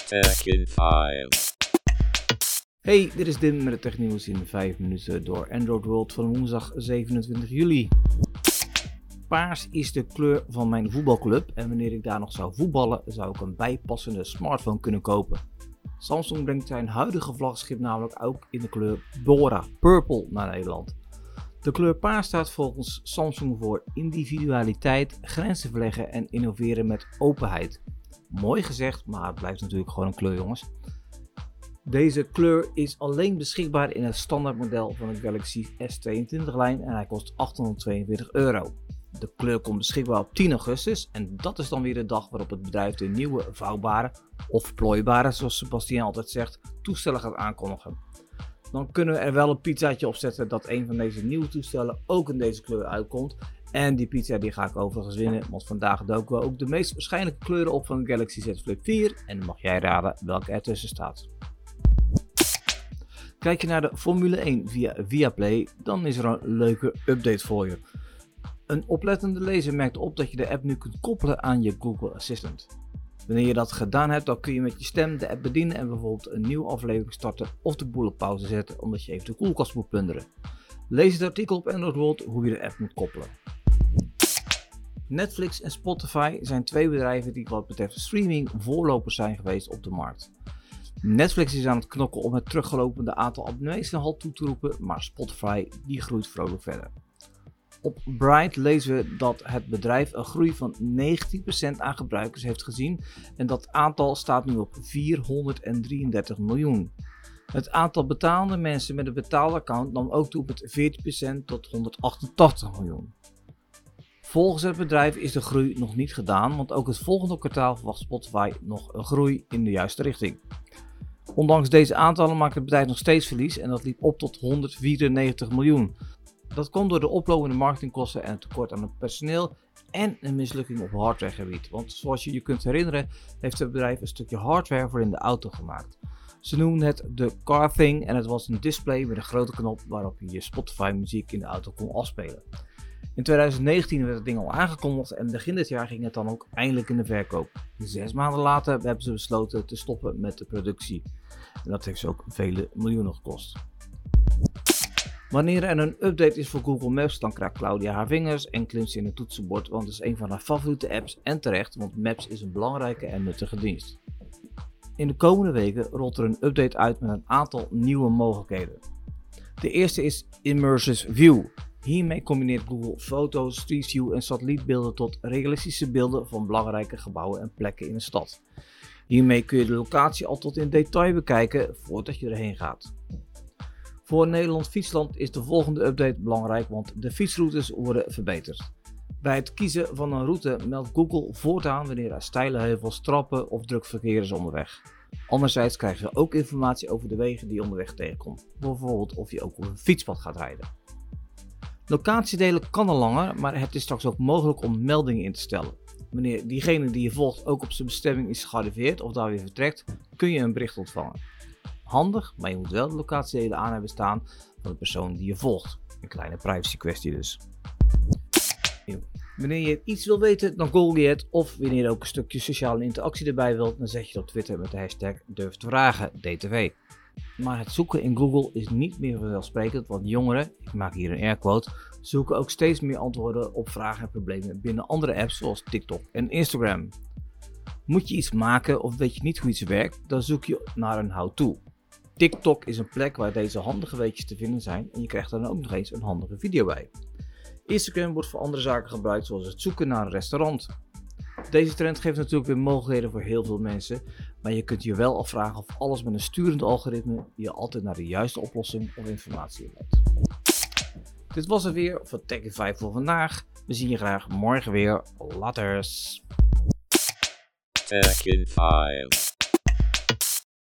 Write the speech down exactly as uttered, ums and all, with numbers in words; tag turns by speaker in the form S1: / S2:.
S1: Tech in vijf.
S2: Hey, dit is Dim met het technieuws in vijf minuten door Android World van woensdag zevenentwintig juli. Paars is de kleur van mijn voetbalclub en wanneer ik daar nog zou voetballen, zou ik een bijpassende smartphone kunnen kopen. Samsung brengt zijn huidige vlaggenschip namelijk ook in de kleur Bora Purple naar Nederland. De kleur paars staat volgens Samsung voor individualiteit, grenzen verleggen en innoveren met openheid. Mooi gezegd, maar het blijft natuurlijk gewoon een kleur, jongens. Deze kleur is alleen beschikbaar in het standaardmodel van de Galaxy S tweeëntwintig lijn en hij kost achthonderdtweeënveertig euro. De kleur komt beschikbaar op tien augustus en dat is dan weer de dag waarop het bedrijf de nieuwe vouwbare of plooibare, zoals Sebastian altijd zegt, toestellen gaat aankondigen. Dan kunnen we er wel een pizzaatje op zetten dat een van deze nieuwe toestellen ook in deze kleur uitkomt. En die pizza die ga ik overigens winnen, want vandaag doken we ook de meest waarschijnlijke kleuren op van de Galaxy Z Flip vier en dan mag jij raden welke ertussen staat. Kijk je naar de Formule één via Viaplay, dan is er een leuke update voor je. Een oplettende lezer merkt op dat je de app nu kunt koppelen aan je Google Assistant. Wanneer je dat gedaan hebt, dan kun je met je stem de app bedienen en bijvoorbeeld een nieuwe aflevering starten of de boel op pauze zetten omdat je even de koelkast moet plunderen. Lees het artikel op Android World hoe je de app moet koppelen. Netflix en Spotify zijn twee bedrijven die wat betreft streaming voorlopers zijn geweest op de markt. Netflix is aan het knokken om het teruggelopende aantal abonnees een halt toe te roepen, maar Spotify die groeit vrolijk verder. Op Bright lezen we dat het bedrijf een groei van negentien procent aan gebruikers heeft gezien en dat aantal staat nu op vierhonderddrieëndertig miljoen. Het aantal betalende mensen met een betaalaccount nam ook toe met veertien procent tot honderdachtentachtig miljoen. Volgens het bedrijf is de groei nog niet gedaan, want ook het volgende kwartaal verwacht Spotify nog een groei in de juiste richting. Ondanks deze aantallen maakt het bedrijf nog steeds verlies en dat liep op tot honderdvierennegentig miljoen. Dat komt door de oplopende marketingkosten en het tekort aan het personeel en een mislukking op hardwaregebied. Want zoals je je kunt herinneren heeft het bedrijf een stukje hardware voor in de auto gemaakt. Ze noemden het de Car Thing en het was een display met een grote knop waarop je je Spotify muziek in de auto kon afspelen. In twintig negentien werd het ding al aangekondigd en begin dit jaar ging het dan ook eindelijk in de verkoop. Zes maanden later hebben ze besloten te stoppen met de productie. En dat heeft ze ook vele miljoenen gekost. Wanneer er een update is voor Google Maps, dan krijgt Claudia haar vingers en klimt ze in het toetsenbord, want het is een van haar favoriete apps en terecht, want Maps is een belangrijke en nuttige dienst. In de komende weken rolt er een update uit met een aantal nieuwe mogelijkheden. De eerste is Immersive View. Hiermee combineert Google foto's, Street View en satellietbeelden tot realistische beelden van belangrijke gebouwen en plekken in een stad. Hiermee kun je de locatie al tot in detail bekijken voordat je erheen gaat. Voor Nederland Fietsland is de volgende update belangrijk, want de fietsroutes worden verbeterd. Bij het kiezen van een route meldt Google voortaan wanneer er steile heuvels, trappen of druk verkeer is onderweg. Anderzijds krijg je ook informatie over de wegen die je onderweg tegenkomt, bijvoorbeeld of je ook op een fietspad gaat rijden. Locatiedelen kan al langer, maar het is straks ook mogelijk om meldingen in te stellen. Wanneer diegene die je volgt ook op zijn bestemming is gearriveerd of daar weer vertrekt, kun je een bericht ontvangen. Handig, maar je moet wel de locatiedelen aan hebben staan van de persoon die je volgt. Een kleine privacy kwestie dus. Wanneer je iets wil weten, dan google je het, of wanneer je ook een stukje sociale interactie erbij wilt, dan zet je het op Twitter met de hashtag durf te vragen, D T V. Maar het zoeken in Google is niet meer vanzelfsprekend, want jongeren, ik maak hier een airquote, zoeken ook steeds meer antwoorden op vragen en problemen binnen andere apps zoals TikTok en Instagram. Moet je iets maken of weet je niet hoe iets werkt, dan zoek je naar een how-to. TikTok is een plek waar deze handige weetjes te vinden zijn en je krijgt er dan ook nog eens een handige video bij. Instagram wordt voor andere zaken gebruikt zoals het zoeken naar een restaurant. Deze trend geeft natuurlijk weer mogelijkheden voor heel veel mensen, maar je kunt je wel afvragen of alles met een sturend algoritme je altijd naar de juiste oplossing of informatie leidt. Dit was het weer voor Tech in vijf voor vandaag. We zien je graag morgen weer. Laters.
S1: Tech in vijf.